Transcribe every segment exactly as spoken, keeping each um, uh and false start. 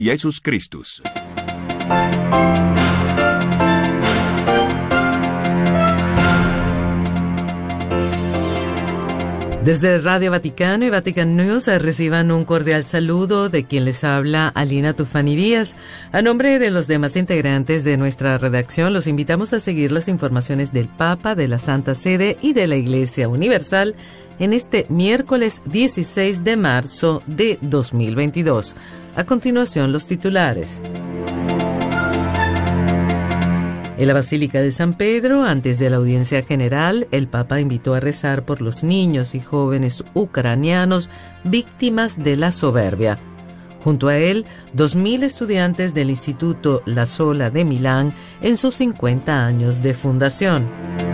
Jesus Christus. Desde Radio Vaticano y Vatican News reciban un cordial saludo de quien les habla, Alina Tufani Díaz. A nombre de los demás integrantes de nuestra redacción, los invitamos a seguir las informaciones del Papa, de la Santa Sede y de la Iglesia Universal en este miércoles dieciséis de marzo de dos mil veintidós. A continuación, los titulares. En la Basílica de San Pedro, antes de la audiencia general, el Papa invitó a rezar por los niños y jóvenes ucranianos víctimas de la soberbia. Junto a él, dos mil estudiantes del Instituto La Sola de Milán en sus cincuenta años de fundación.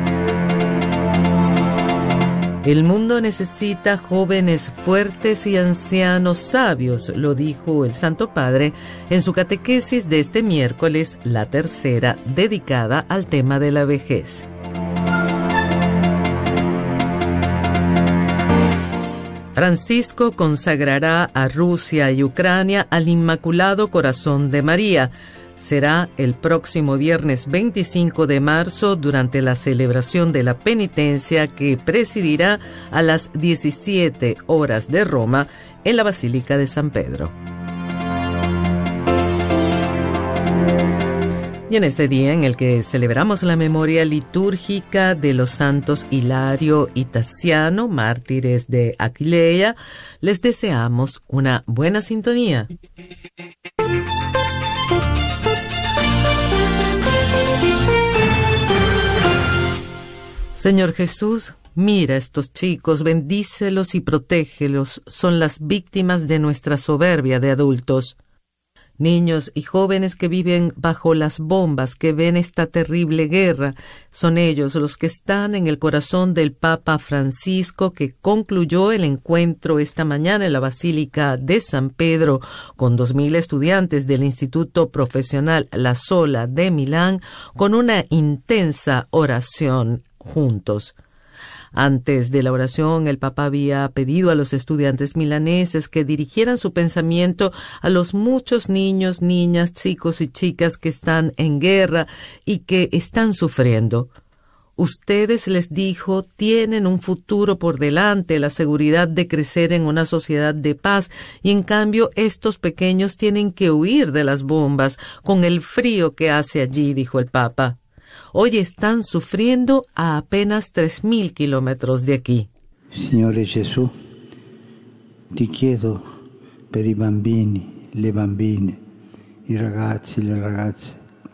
El mundo necesita jóvenes fuertes y ancianos sabios, lo dijo el Santo Padre en su catequesis de este miércoles, la tercera, dedicada al tema de la vejez. Francisco consagrará a Rusia y Ucrania al Inmaculado Corazón de María. Será el próximo viernes veinticinco de marzo durante la celebración de la penitencia que presidirá a las diecisiete horas de Roma en la Basílica de San Pedro. Y en este día en el que celebramos la memoria litúrgica de los santos Hilario y Tasiano, mártires de Aquileia, les deseamos una buena sintonía. Señor Jesús, mira a estos chicos, bendícelos y protégelos. Son las víctimas de nuestra soberbia de adultos. Niños y jóvenes que viven bajo las bombas, que ven esta terrible guerra, son ellos los que están en el corazón del Papa Francisco, que concluyó el encuentro esta mañana en la Basílica de San Pedro con dos mil estudiantes del Instituto Profesional La Sola de Milán con una intensa oración juntos. Antes de la oración, el Papa había pedido a los estudiantes milaneses que dirigieran su pensamiento a los muchos niños, niñas, chicos y chicas que están en guerra y que están sufriendo. Ustedes, les dijo, tienen un futuro por delante, la seguridad de crecer en una sociedad de paz, y en cambio estos pequeños tienen que huir de las bombas con el frío que hace allí, dijo el Papa. Hoy están sufriendo a apenas tres mil kilómetros de aquí. Signore Gesù, ti chiedo per i bambini, le bambine, i ragazzi, le ragazze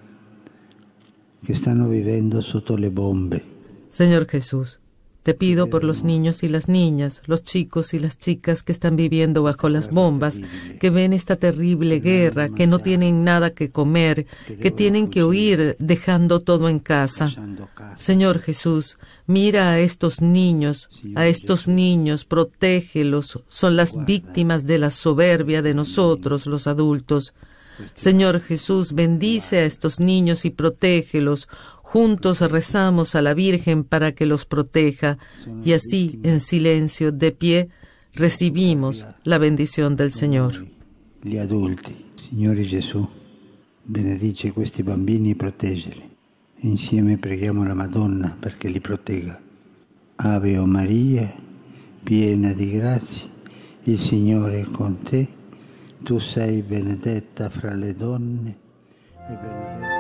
che stanno vivendo sotto le bombe. Señor Jesús, te pido por los niños y las niñas, los chicos y las chicas que están viviendo bajo las bombas, que ven esta terrible guerra, que no tienen nada que comer, que tienen que huir dejando todo en casa. Señor Jesús, mira a estos niños, a estos niños, protégelos, son las víctimas de la soberbia de nosotros, los adultos. Señor Jesús, bendice a estos niños y protégelos. Juntos rezamos a la Virgen para que los proteja y así, en silencio, de pie, recibimos la bendición del Señor. Gli adulti, Signore Gesù, benedice questi bambini e proteggili. Insieme preghiamo la Madonna perché li protegga. Ave o Maria, piena di grazia, il Signore è con te. Tu sei benedetta fra le donne e benedetta.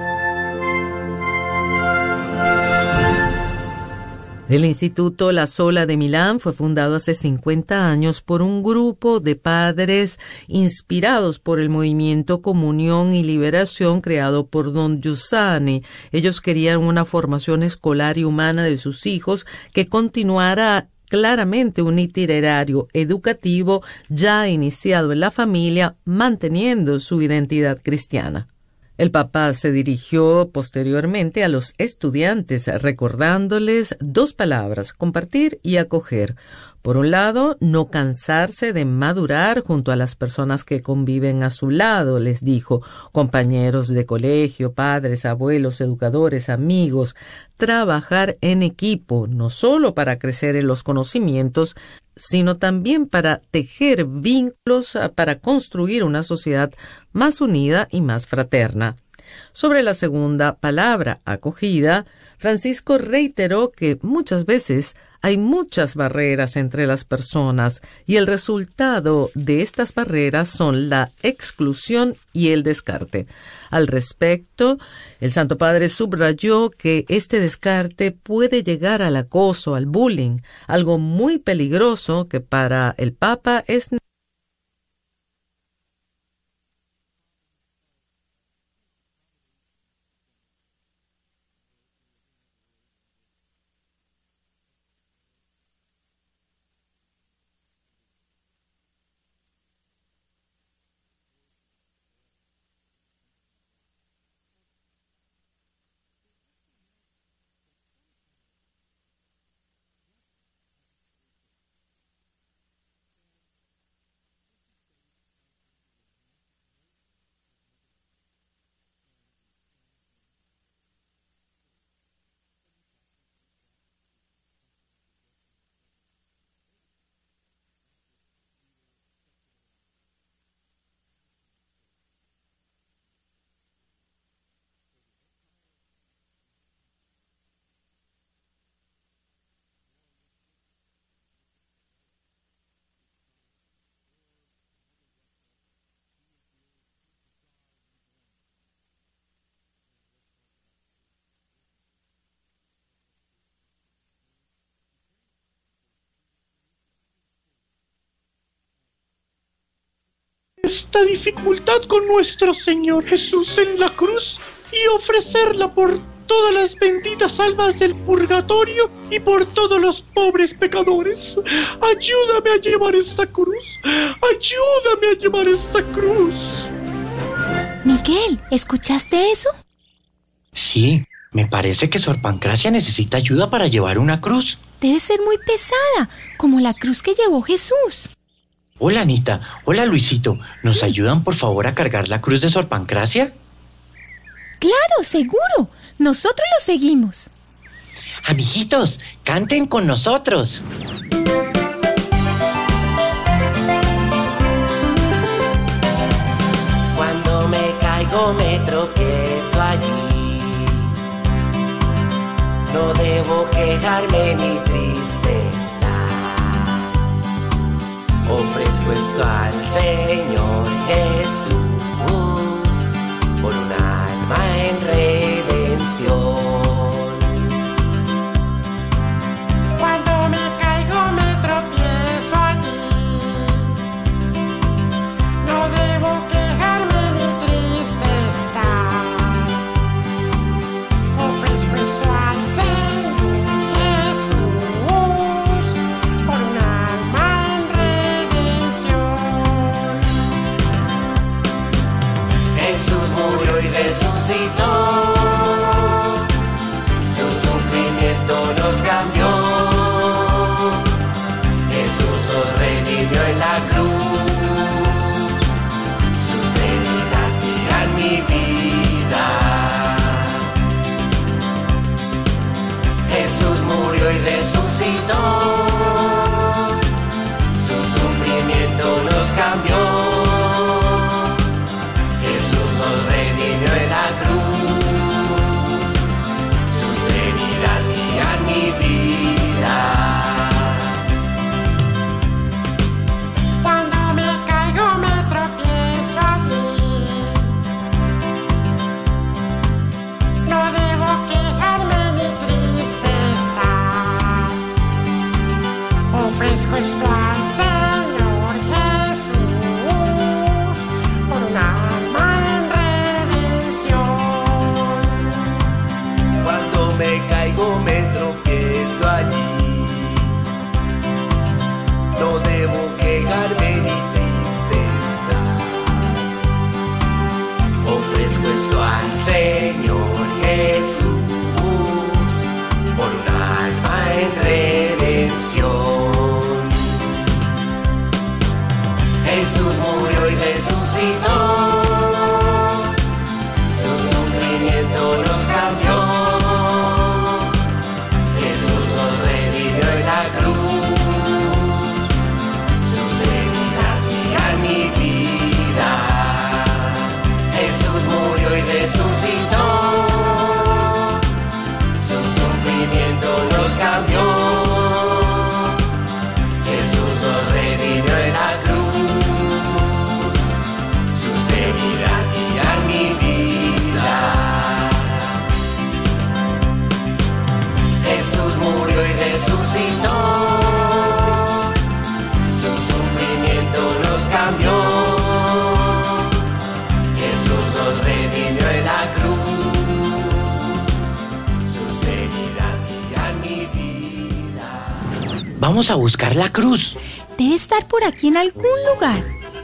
El Instituto La Sola de Milán fue fundado hace cincuenta años por un grupo de padres inspirados por el movimiento Comunión y Liberación creado por Don Giussani. Ellos querían una formación escolar y humana de sus hijos que continuara claramente un itinerario educativo ya iniciado en la familia, manteniendo su identidad cristiana. El Papa se dirigió posteriormente a los estudiantes recordándoles dos palabras, compartir y acoger. Por un lado, no cansarse de madurar junto a las personas que conviven a su lado, les dijo, compañeros de colegio, padres, abuelos, educadores, amigos, trabajar en equipo, no solo para crecer en los conocimientos, sino también para tejer vínculos para construir una sociedad más unida y más fraterna. Sobre la segunda palabra, acogida, Francisco reiteró que muchas veces hay muchas barreras entre las personas y el resultado de estas barreras son la exclusión y el descarte. Al respecto, el Santo Padre subrayó que este descarte puede llegar al acoso, al bullying, algo muy peligroso que para el Papa es esta dificultad con nuestro Señor Jesús en la cruz y ofrecerla por todas las benditas almas del purgatorio y por todos los pobres pecadores. Ayúdame a llevar esta cruz, ayúdame a llevar esta cruz. Miguel, ¿escuchaste eso? Sí, me parece que Sor Pancracia necesita ayuda para llevar una cruz. Debe ser muy pesada, como la cruz que llevó Jesús. Hola, Anita. Hola, Luisito. ¿Nos ayudan, por favor, a cargar la cruz de Sor Pancracia? Claro, seguro. Nosotros lo seguimos. Amiguitos, canten con nosotros. Cuando me caigo me tropiezo allí. No debo quejarme ni triste estar. Ofrezco esto al Señor Jesús por un alma en redención. Cuando me caigo me tropiezo allí. No debo quejarme ni triste estar. Ofrezco esto al Señor Jesús por un alma en redención. Vamos a buscar la cruz. Debe estar por aquí en algún lugar.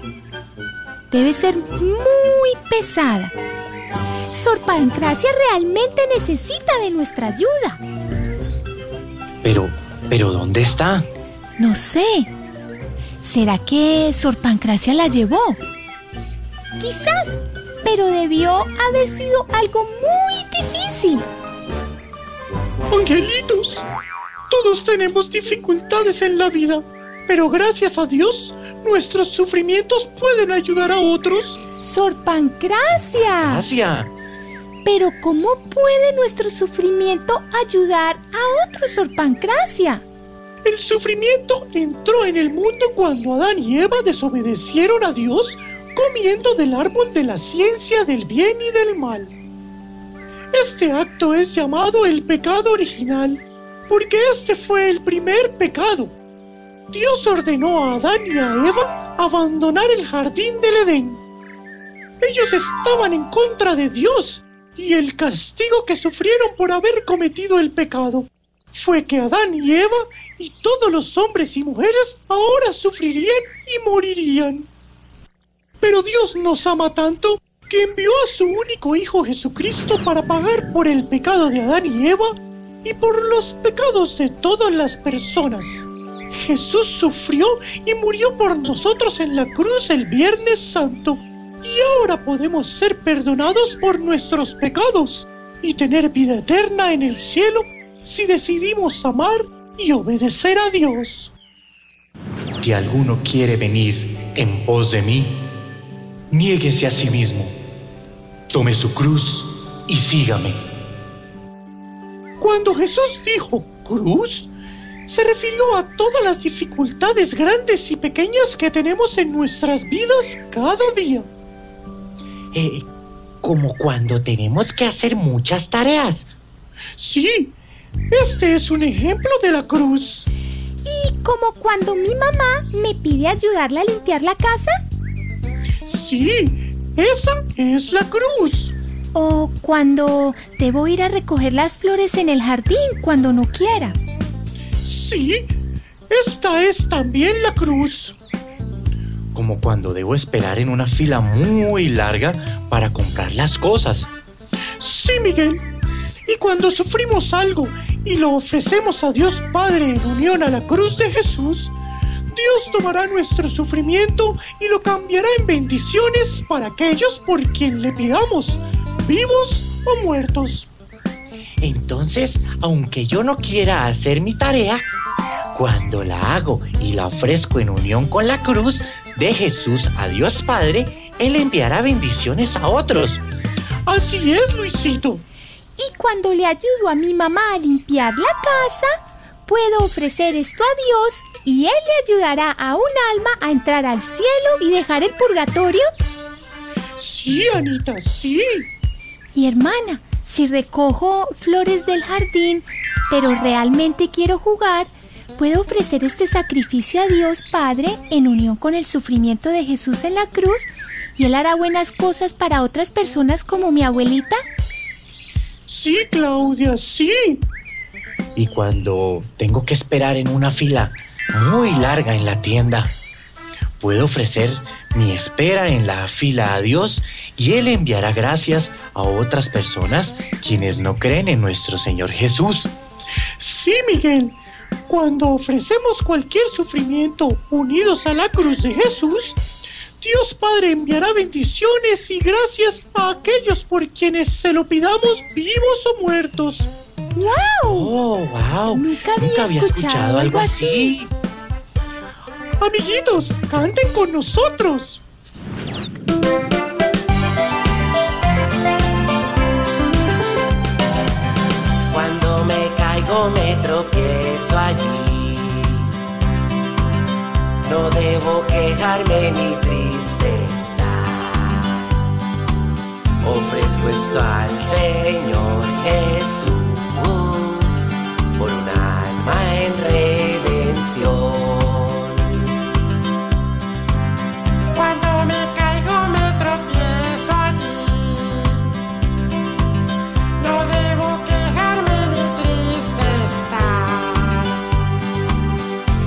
Debe ser muy pesada. Sor Pancracia realmente necesita de nuestra ayuda. Pero, pero ¿dónde está? No sé. ¿Será que Sor Pancracia la llevó? Quizás, pero debió haber sido algo muy difícil. Angelitos, todos tenemos dificultades en la vida, pero gracias a Dios, nuestros sufrimientos pueden ayudar a otros. Sor Pancracia. Gracias. Pero ¿cómo puede nuestro sufrimiento ayudar a otros, Sor Pancracia? El sufrimiento entró en el mundo cuando Adán y Eva desobedecieron a Dios comiendo del árbol de la ciencia del bien y del mal. Este acto es llamado el pecado original, porque este fue el primer pecado. Dios ordenó a Adán y a Eva abandonar el jardín del Edén. Ellos estaban en contra de Dios, y el castigo que sufrieron por haber cometido el pecado fue que Adán y Eva y todos los hombres y mujeres ahora sufrirían y morirían. Pero Dios nos ama tanto que envió a su único Hijo Jesucristo para pagar por el pecado de Adán y Eva y por los pecados de todas las personas. Jesús sufrió y murió por nosotros en la cruz el Viernes Santo, y ahora podemos ser perdonados por nuestros pecados y tener vida eterna en el cielo si decidimos amar y obedecer a Dios. Si alguno quiere venir en pos de mí, niéguese a sí mismo, tome su cruz y sígame. Cuando Jesús dijo cruz, se refirió a todas las dificultades grandes y pequeñas que tenemos en nuestras vidas cada día. Eh, como cuando tenemos que hacer muchas tareas. Sí, este es un ejemplo de la cruz. ¿Y como cuando mi mamá me pide ayudarla a limpiar la casa? Sí, esa es la cruz. ¿O cuando debo ir a recoger las flores en el jardín cuando no quiera? Sí, esta es también la cruz. Como cuando debo esperar en una fila muy larga para comprar las cosas. Sí, Miguel. Y cuando sufrimos algo y lo ofrecemos a Dios Padre en unión a la cruz de Jesús, Dios tomará nuestro sufrimiento y lo cambiará en bendiciones para aquellos por quien le pidamos, vivos o muertos. Entonces, aunque yo no quiera hacer mi tarea, cuando la hago y la ofrezco en unión con la cruz de Jesús a Dios Padre, Él enviará bendiciones a otros. Así es, Luisito. Y cuando le ayudo a mi mamá a limpiar la casa, puedo ofrecer esto a Dios y Él le ayudará a un alma a entrar al cielo y dejar el purgatorio. Sí, Anita, sí. Y hermana, si recojo flores del jardín, pero realmente quiero jugar, ¿puedo ofrecer este sacrificio a Dios Padre en unión con el sufrimiento de Jesús en la cruz? ¿Y Él hará buenas cosas para otras personas como mi abuelita? Sí, Claudia, sí. Y cuando tengo que esperar en una fila muy larga en la tienda, puedo ofrecer mi espera en la fila a Dios y Él enviará gracias a otras personas quienes no creen en nuestro Señor Jesús. Sí, Miguel. Cuando ofrecemos cualquier sufrimiento unidos a la cruz de Jesús, Dios Padre enviará bendiciones y gracias a aquellos por quienes se lo pidamos, vivos o muertos. ¡Wow! Oh, wow. Nunca había, Nunca había escuchado, escuchado algo así. Amiguitos, canten con nosotros. Cuando me caigo me tropiezo allí. No debo quejarme ni triste estar. Ofrezco esto al Señor Jesús por un alma en redención. Cuando me caigo me tropiezo allí. No debo quejarme ni triste estar.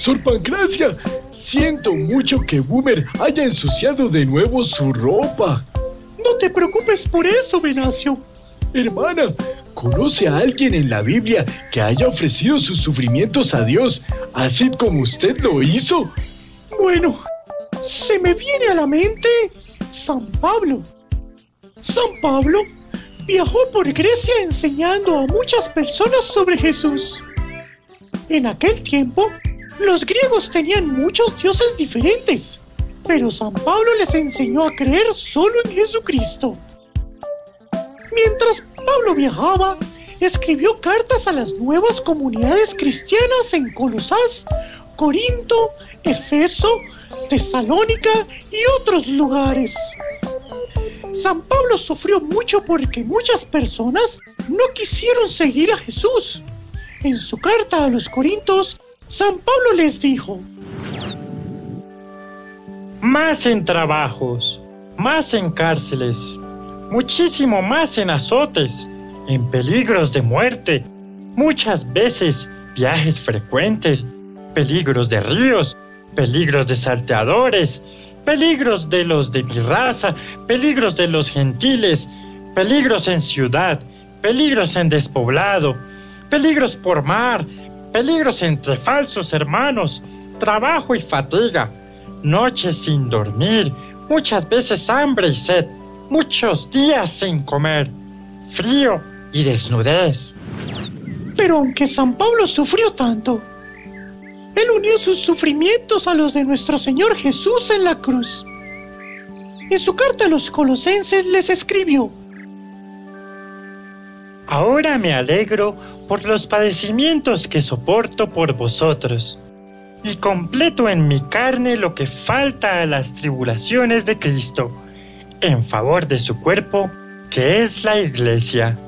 Sor Pancracia, siento mucho que Boomer haya ensuciado de nuevo su ropa. No te preocupes por eso, Venancio. Hermana, ¿conoce a alguien en la Biblia que haya ofrecido sus sufrimientos a Dios, así como usted lo hizo? Bueno, se me viene a la mente San Pablo. San Pablo viajó por Grecia enseñando a muchas personas sobre Jesús. En aquel tiempo, los griegos tenían muchos dioses diferentes, pero San Pablo les enseñó a creer solo en Jesucristo. Mientras Pablo viajaba, escribió cartas a las nuevas comunidades cristianas en Colosas, Corinto, Efeso, Tesalónica y otros lugares. San Pablo sufrió mucho porque muchas personas no quisieron seguir a Jesús. En su carta a los Corintios, San Pablo les dijo: más en trabajos, más en cárceles, muchísimo más en azotes, en peligros de muerte, muchas veces viajes frecuentes, peligros de ríos, peligros de salteadores, peligros de los de mi raza, peligros de los gentiles, peligros en ciudad, peligros en despoblado, peligros por mar, peligros entre falsos hermanos, trabajo y fatiga, noches sin dormir, muchas veces hambre y sed, muchos días sin comer, frío y desnudez. Pero aunque San Pablo sufrió tanto, él unió sus sufrimientos a los de nuestro Señor Jesús en la cruz. En su carta a los Colosenses les escribió: ahora me alegro por los padecimientos que soporto por vosotros, y completo en mi carne lo que falta a las tribulaciones de Cristo, en favor de su cuerpo, que es la Iglesia.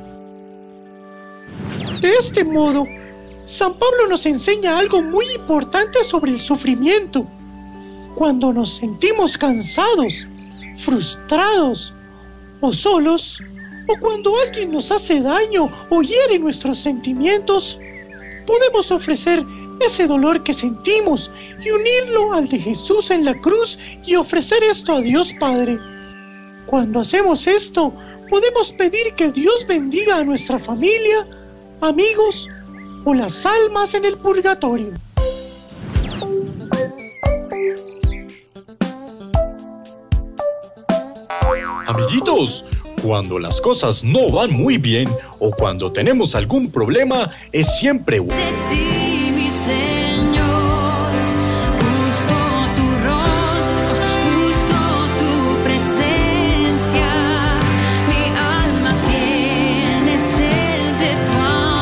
De este modo, San Pablo nos enseña algo muy importante sobre el sufrimiento. Cuando nos sentimos cansados, frustrados o solos, o cuando alguien nos hace daño o hiere nuestros sentimientos, podemos ofrecer ese dolor que sentimos y unirlo al de Jesús en la cruz y ofrecer esto a Dios Padre. Cuando hacemos esto, podemos pedir que Dios bendiga a nuestra familia, amigos o las almas en el purgatorio. Amiguitos, cuando las cosas no van muy bien o cuando tenemos algún problema, es siempre bueno. De ti, mi Señor, busco tu rostro, busco tu presencia. Mi alma tiene sed de tu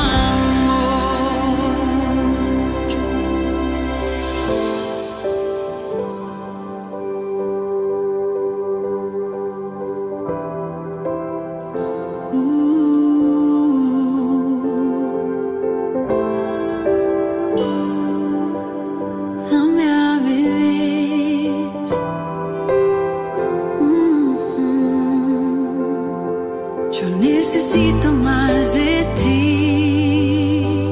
necesito más de ti.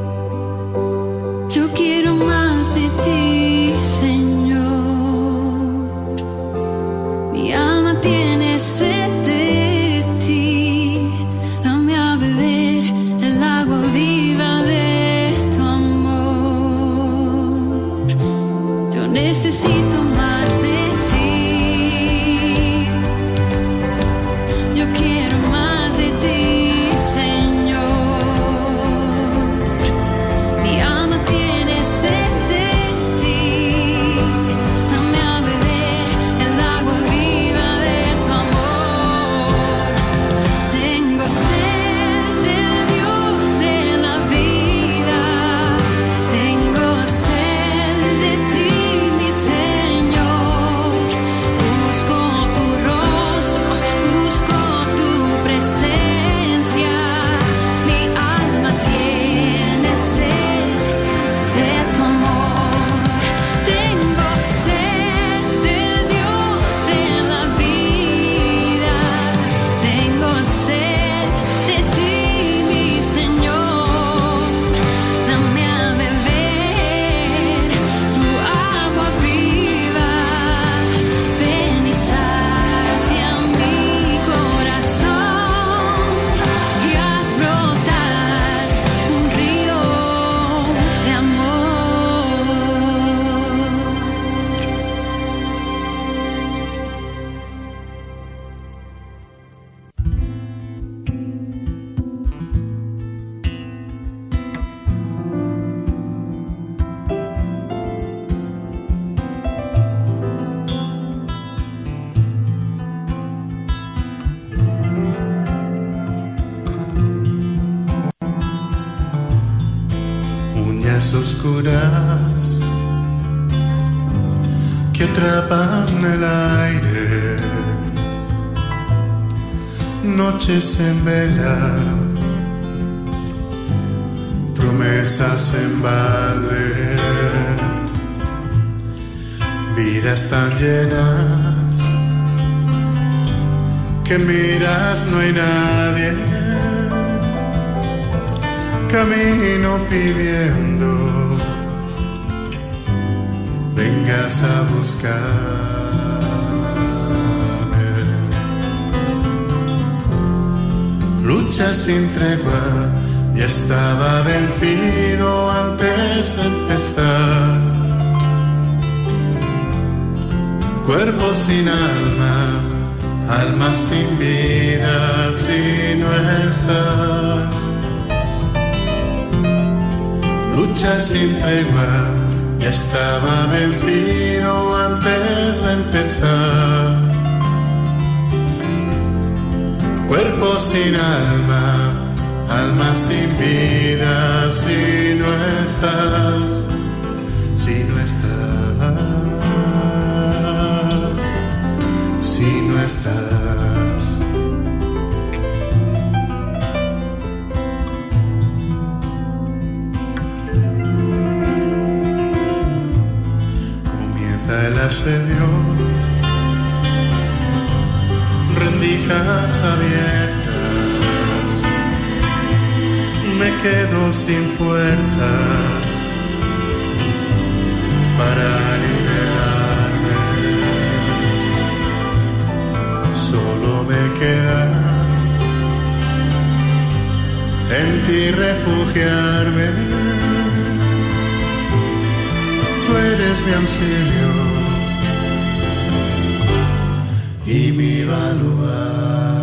Yo quiero más de ti, Señor. Mi alma tiene sed de ti. Dame a beber el agua viva de tu amor. Yo necesito más de ti. Yo quiero más de ti. Señor. noches oscuras que atrapan el aire, noches en vela, promesas en balde, vidas tan llenas que miras no hay nadie, camino pidiendo vengas a buscarme. Lucha sin tregua, ya estaba vencido antes de empezar. Cuerpo sin alma, alma sin vida si no estás. Lucha sin tregua, ya estaba vencido antes de empezar. Cuerpo sin alma, alma sin vida si no estás, si no estás, si no estás. Comienza el asedio, rendijas abiertas, me quedo sin fuerzas para liberarme. Solo me queda en ti refugiarme. Tú eres mi auxilio y mi baluarte.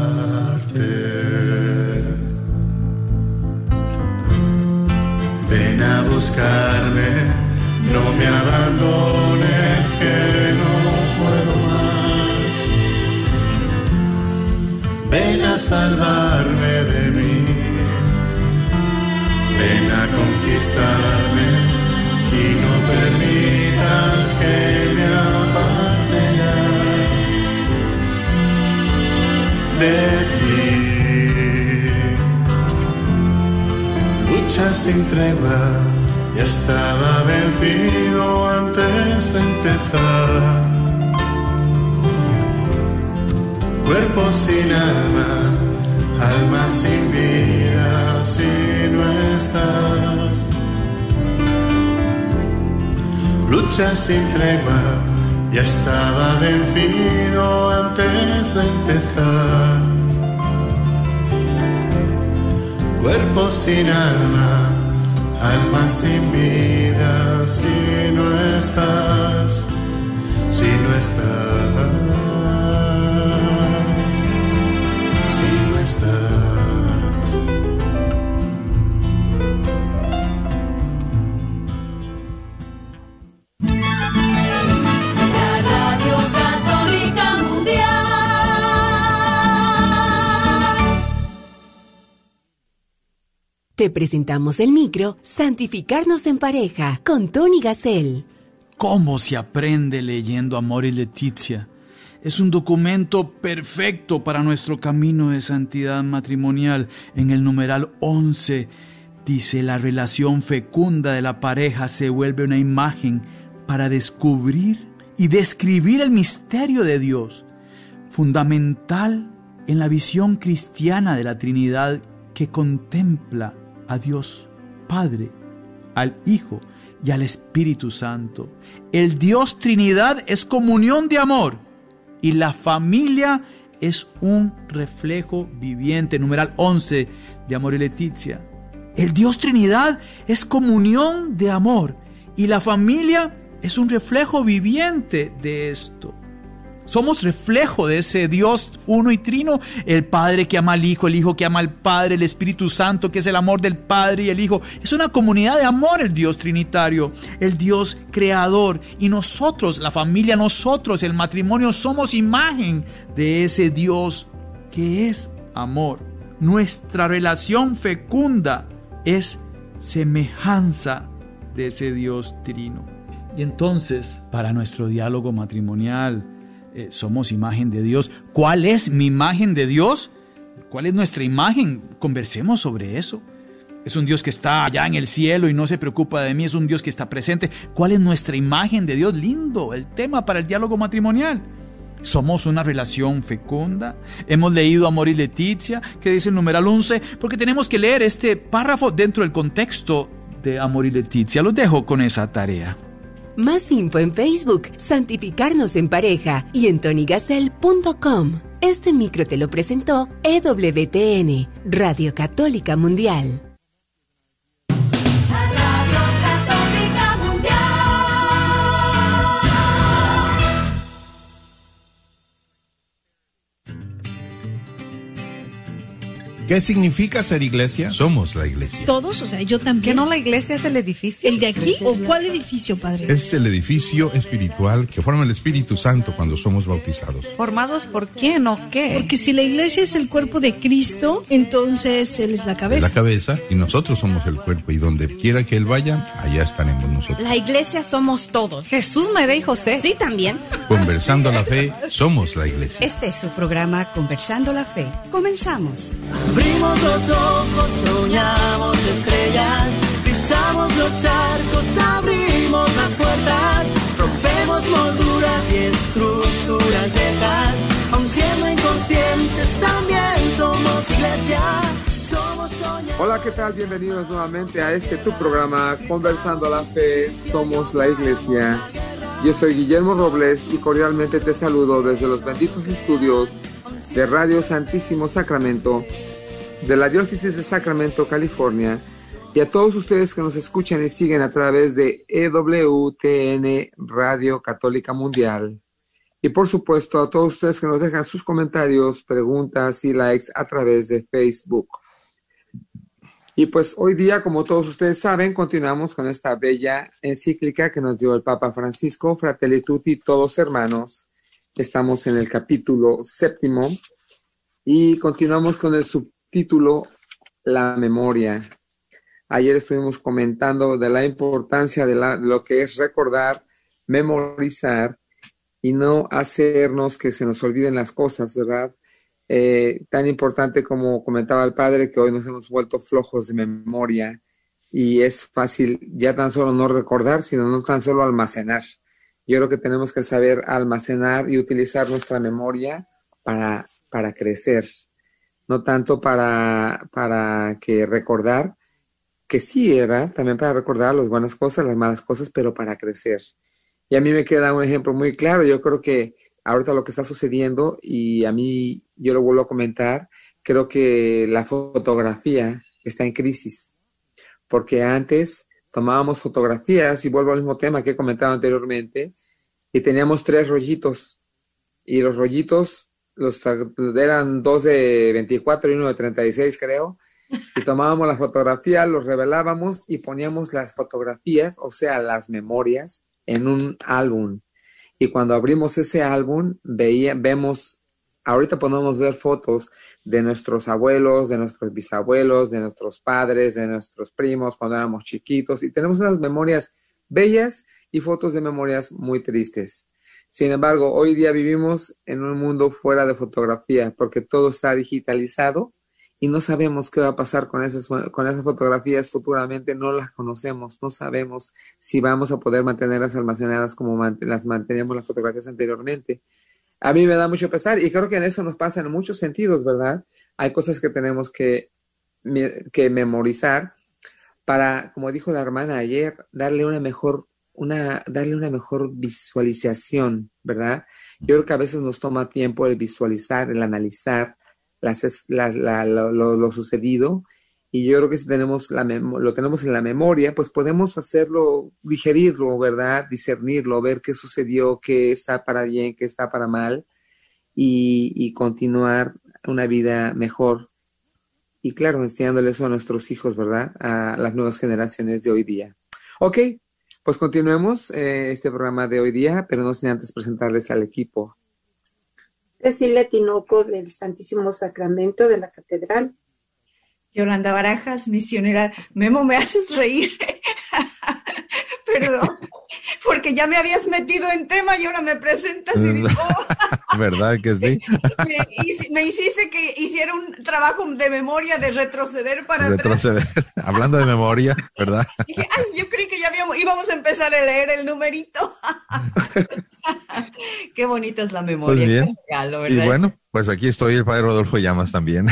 Ven a buscarme, no me abandones que no puedo más. Ven a salvarme de mí, ven a conquistarme y no permitas que me aparte de ti. Lucha sin tregua, ya estaba vencido antes de empezar. Cuerpo sin alma, alma sin vida si no estás. Lucha sin tregua, ya estaba vencido antes de empezar. Cuerpo sin alma, alma sin vida si no estás, si no estás, si no estás. Te presentamos el micro Santificarnos en Pareja con Tony Gassel. ¿Cómo se aprende leyendo Amor y Leticia? Es un documento perfecto para nuestro camino de santidad matrimonial. En el numeral once dice: la relación fecunda de la pareja se vuelve una imagen para descubrir y describir el misterio de Dios, fundamental en la visión cristiana de la Trinidad que contempla a Dios Padre, al Hijo y al Espíritu Santo. El Dios Trinidad es comunión de amor y la familia es un reflejo viviente. Numeral once de Amor y Leticia. El Dios Trinidad es comunión de amor y la familia es un reflejo viviente de esto. Somos reflejo de ese Dios uno y trino, el Padre que ama al Hijo, el Hijo que ama al Padre, el Espíritu Santo que es el amor del Padre y el Hijo. Es una comunidad de amor el Dios trinitario, el Dios creador. Y nosotros, la familia, nosotros, el matrimonio, somos imagen de ese Dios que es amor. Nuestra relación fecunda es semejanza de ese Dios trino. Y entonces, para nuestro diálogo matrimonial, eh, somos imagen de Dios. ¿Cuál es mi imagen de Dios? ¿Cuál es nuestra imagen? Conversemos sobre eso. Es un Dios que está allá en el cielo y no se preocupa de mí. Es un Dios que está presente. ¿Cuál es nuestra imagen de Dios? Lindo el tema para el diálogo matrimonial. ¿Somos una relación fecunda? Hemos leído Amor y Leticia, que dice el numeral once, porque tenemos que leer este párrafo dentro del contexto de Amor y Leticia. Los dejo con esa tarea. Más info en Facebook, Santificarnos en Pareja, y en tony gassel punto com. Este micro te lo presentó E W T N, Radio Católica Mundial. ¿Qué significa ser iglesia? Somos la iglesia. Todos, o sea, yo también. ¿Que no la iglesia es el edificio? ¿El de aquí o cuál edificio, padre? Es el edificio espiritual que forma el Espíritu Santo cuando somos bautizados. ¿Formados por quién o qué? Porque si la iglesia es el cuerpo de Cristo, entonces Él es la cabeza. La cabeza, y nosotros somos el cuerpo, y donde quiera que Él vaya, allá estaremos nosotros. La iglesia somos todos. Jesús, María y José. Sí, también. Conversando la fe, somos la iglesia. Este es su programa Conversando la Fe. Comenzamos. Abrimos los ojos, soñamos estrellas, pisamos los charcos, abrimos las puertas, rompemos molduras y estructuras viejas, aun siendo inconscientes también somos iglesia, somos soñadores. Hola, ¿qué tal? Bienvenidos nuevamente a este tu programa Conversando la Fe, somos la iglesia. Yo soy Guillermo Robles y cordialmente te saludo desde los benditos estudios de Radio Santísimo Sacramento de la Diócesis de Sacramento, California, y a todos ustedes que nos escuchan y siguen a través de E W T N Radio Católica Mundial, y por supuesto a todos ustedes que nos dejan sus comentarios, preguntas y likes a través de Facebook. Y pues hoy día, como todos ustedes saben, continuamos con esta bella encíclica que nos dio el Papa Francisco, Fratelli Tutti, todos hermanos. Estamos en el capítulo séptimo y continuamos con el subtítulo Título, la memoria. Ayer estuvimos comentando de la importancia de, la, de lo que es recordar, memorizar y no hacernos que se nos olviden las cosas, ¿verdad? Eh, tan importante como comentaba el padre, que hoy nos hemos vuelto flojos de memoria y es fácil ya tan solo no recordar, sino no tan solo almacenar. Yo creo que tenemos que saber almacenar y utilizar nuestra memoria para, para crecer. No tanto para, para que recordar, que sí era, también para recordar las buenas cosas, las malas cosas, pero para crecer. Y a mí me queda un ejemplo muy claro. Yo creo que ahorita lo que está sucediendo, y a mí, yo lo vuelvo a comentar, creo que la fotografía está en crisis. Porque antes tomábamos fotografías, y vuelvo al mismo tema que he comentado anteriormente, y teníamos tres rollitos, y los rollitos Los, eran dos de veinticuatro y uno de treinta y seis, creo, y tomábamos la fotografía, los revelábamos y poníamos las fotografías, o sea, las memorias, en un álbum. Y cuando abrimos ese álbum, veía, vemos, ahorita podemos ver fotos de nuestros abuelos, de nuestros bisabuelos, de nuestros padres, de nuestros primos, cuando éramos chiquitos, y tenemos unas memorias bellas y fotos de memorias muy tristes. Sin embargo, hoy día vivimos en un mundo fuera de fotografía porque todo está digitalizado y no sabemos qué va a pasar con esas, con esas fotografías futuramente. No las conocemos, no sabemos si vamos a poder mantenerlas almacenadas como man- las manteníamos las fotografías anteriormente. A mí me da mucho pesar y creo que en eso nos pasa en muchos sentidos, ¿verdad? Hay cosas que tenemos que, que memorizar para, como dijo la hermana ayer, darle una mejor Una, darle una mejor visualización, ¿verdad? Yo creo que a veces nos toma tiempo el visualizar, el analizar las, la, la, lo, lo, lo sucedido, y yo creo que si tenemos la mem- lo tenemos en la memoria, pues podemos hacerlo, digerirlo, ¿verdad? Discernirlo, ver qué sucedió, qué está para bien, qué está para mal, y, y continuar una vida mejor. Y claro, enseñándole eso a nuestros hijos, ¿verdad? A las nuevas generaciones de hoy día. Ok. Pues continuemos eh, este programa de hoy día, pero no sin antes presentarles al equipo. Cecilia Tinoco del Santísimo Sacramento de la Catedral. Yolanda Barajas, misionera. Memo, me haces reír. perdón, porque ya me habías metido en tema y ahora me presentas y digo, oh. ¿Verdad que sí? me, me hiciste que hiciera un trabajo de memoria, de retroceder para retroceder. atrás. Hablando de memoria, ¿verdad? Dije, ay, yo creí que ya habíamos, íbamos a empezar a leer el numerito. Qué bonita es la memoria. Pues bien. Regalo, y bueno, pues aquí estoy, el padre Rodolfo Llamas también,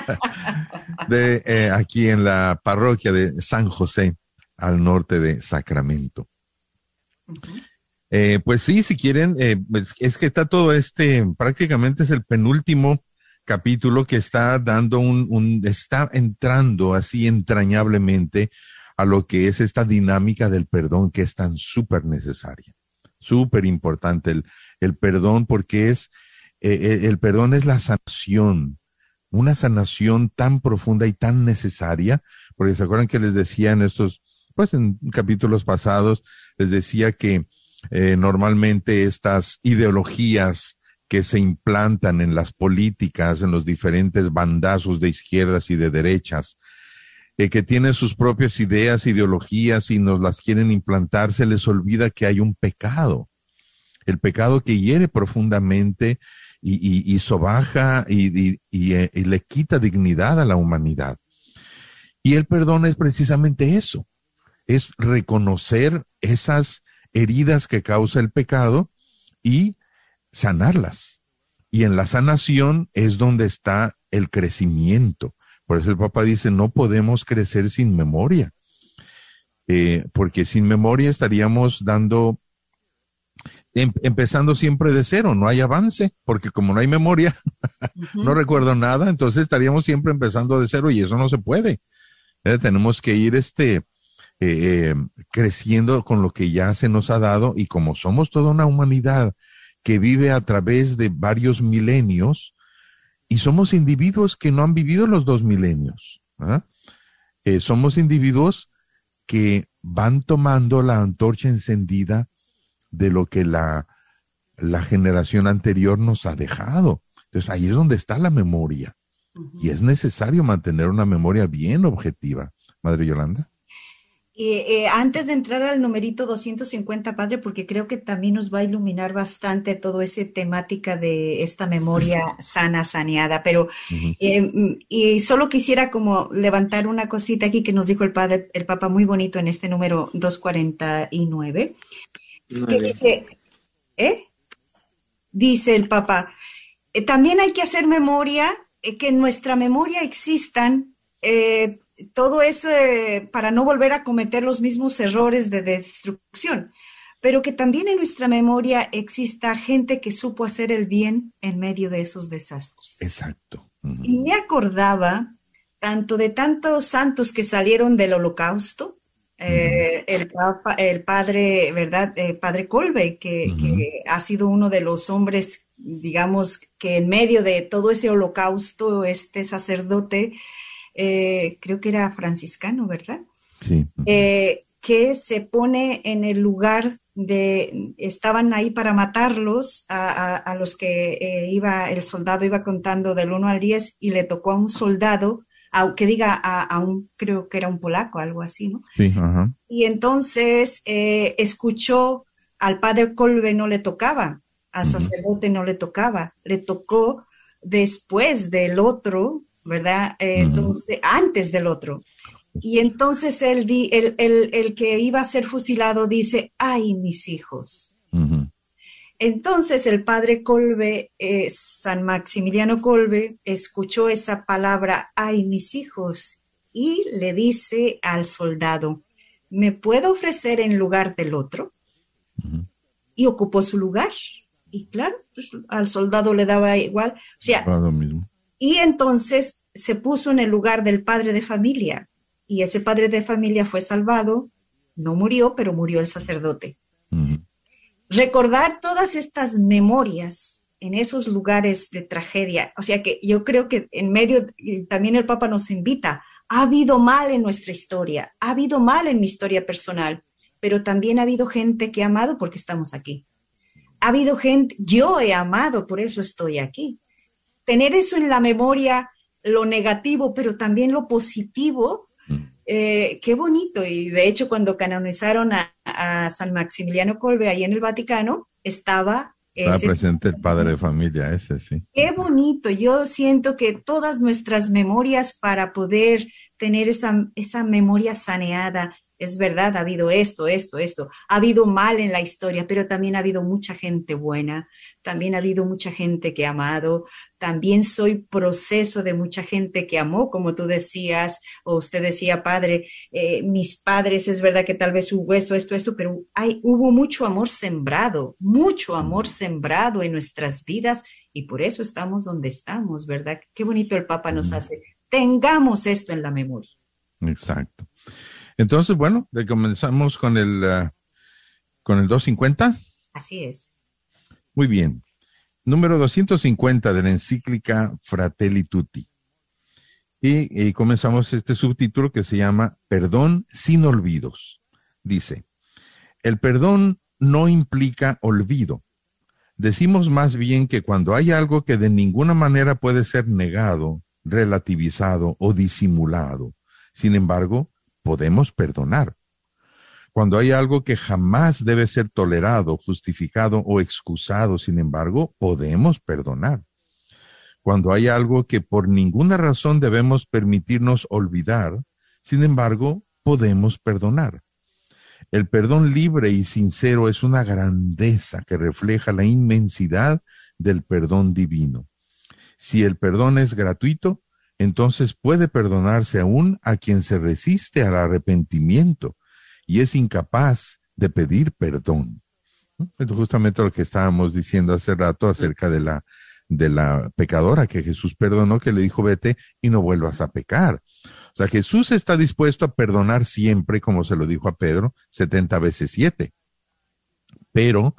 de eh, aquí en la parroquia de San José, al norte de Sacramento. Uh-huh. Eh, pues sí, si quieren, eh, pues es que está todo este, prácticamente es el penúltimo capítulo que está dando un, un, está entrando así entrañablemente a lo que es esta dinámica del perdón que es tan súper necesaria, súper importante el, el perdón, porque es, eh, el perdón es la sanación, una sanación tan profunda y tan necesaria, porque se acuerdan que les decía en estos, pues en capítulos pasados, les decía que Eh, normalmente estas ideologías que se implantan en las políticas, en los diferentes bandazos de izquierdas y de derechas, eh, que tienen sus propias ideas, ideologías y nos las quieren implantar, se les olvida que hay un pecado, el pecado que hiere profundamente y, y, y sobaja y, y, y, eh, y le quita dignidad a la humanidad. Y el perdón es precisamente eso, es reconocer esas heridas que causa el pecado y sanarlas. Y en la sanación es donde está el crecimiento. Por eso el Papa dice, no podemos crecer sin memoria, eh, porque sin memoria estaríamos dando, em, empezando siempre de cero, no hay avance, porque como no hay memoria, uh-huh. no recuerdo nada, entonces estaríamos siempre empezando de cero y eso no se puede. Eh, tenemos que ir este... Eh, eh, creciendo con lo que ya se nos ha dado, y como somos toda una humanidad que vive a través de varios milenios y somos individuos que no han vivido los dos milenios, ¿eh? Eh, somos individuos que van tomando la antorcha encendida de lo que la, la generación anterior nos ha dejado. Entonces ahí es donde está la memoria, uh-huh. y es necesario mantener una memoria bien objetiva. Madre Yolanda. Eh, eh, antes de entrar al numerito doscientos cincuenta, padre, porque creo que también nos va a iluminar bastante todo ese temática de esta memoria sana, saneada, pero uh-huh. eh, y solo quisiera como levantar una cosita aquí que nos dijo el padre, el Papa muy bonito en este número doscientos cuarenta y nueve, vale. que dice, ¿eh? Dice el Papa, eh, también hay que hacer memoria, eh, que en nuestra memoria existan eh, todo eso eh, para no volver a cometer los mismos errores de destrucción, pero que también en nuestra memoria exista gente que supo hacer el bien en medio de esos desastres. Exacto. Uh-huh. Y me acordaba tanto de tantos santos que salieron del Holocausto, eh, uh-huh. el, papa, el padre, ¿verdad? Eh, padre Kolbe, que, uh-huh. que ha sido uno de los hombres, digamos, que en medio de todo ese Holocausto, este sacerdote, Eh, creo que era franciscano, ¿verdad? Sí. Eh, que se pone en el lugar de, estaban ahí para matarlos, a, a, a los que eh, iba, el soldado iba contando del uno al diez y le tocó a un soldado, aunque diga a, a un, creo que era un polaco, algo así, ¿no? Sí, ajá. Y entonces eh, escuchó, al padre Kolbe no le tocaba, al sacerdote no le tocaba, le tocó después del otro, ¿verdad? Eh, uh-huh. Entonces, antes del otro. Y entonces el, el, el, el que iba a ser fusilado dice, ¡ay, mis hijos! Uh-huh. Entonces el padre Kolbe, eh, San Maximiliano Kolbe, escuchó esa palabra, ¡ay, mis hijos! Y le dice al soldado, ¿me puedo ofrecer en lugar del otro? Uh-huh. Y ocupó su lugar. Y claro, pues, al soldado le daba igual. O sea, lo mismo. Y entonces se puso en el lugar del padre de familia, y ese padre de familia fue salvado, no murió, pero murió el sacerdote. Uh-huh. Recordar todas estas memorias en esos lugares de tragedia, o sea que yo creo que en medio, también el Papa nos invita, ha habido mal en nuestra historia, ha habido mal en mi historia personal, pero también ha habido gente que ha amado porque estamos aquí. Ha habido gente, yo he amado, por eso estoy aquí. Tener eso en la memoria, lo negativo, pero también lo positivo, eh, qué bonito. Y de hecho, cuando canonizaron a, a, a San Maximiliano Kolbe, ahí en el Vaticano, estaba... Estaba ese, presente el padre de familia ese, sí. Qué bonito. Yo siento que todas nuestras memorias para poder tener esa, esa memoria saneada, es verdad, ha habido esto, esto, esto, ha habido mal en la historia, pero también ha habido mucha gente buena, también ha habido mucha gente que ha amado, también soy proceso de mucha gente que amó, como tú decías, o usted decía, padre, eh, mis padres, es verdad que tal vez hubo esto, esto, esto, pero hay, hubo mucho amor sembrado, mucho amor sembrado en nuestras vidas, y por eso estamos donde estamos, ¿verdad? Qué bonito el Papa nos hace. Tengamos esto en la memoria. Exacto. Entonces, bueno, comenzamos con el, uh, con el doscientos cincuenta. Así es. Muy bien. Número doscientos cincuenta de la encíclica Fratelli Tutti. Y, y comenzamos este subtítulo que se llama Perdón sin olvidos. Dice, el perdón no implica olvido. Decimos más bien que cuando hay algo que de ninguna manera puede ser negado, relativizado o disimulado, sin embargo, podemos perdonar. Cuando hay algo que jamás debe ser tolerado, justificado o excusado, sin embargo, podemos perdonar. Cuando hay algo que por ninguna razón debemos permitirnos olvidar, sin embargo, podemos perdonar. El perdón libre y sincero es una grandeza que refleja la inmensidad del perdón divino. Si el perdón es gratuito, entonces puede perdonarse aún a quien se resiste al arrepentimiento y es incapaz de pedir perdón. Esto es justamente lo que estábamos diciendo hace rato acerca de la, de la pecadora que Jesús perdonó, que le dijo, vete y no vuelvas a pecar. O sea, Jesús está dispuesto a perdonar siempre, como se lo dijo a Pedro, setenta veces siete. Pero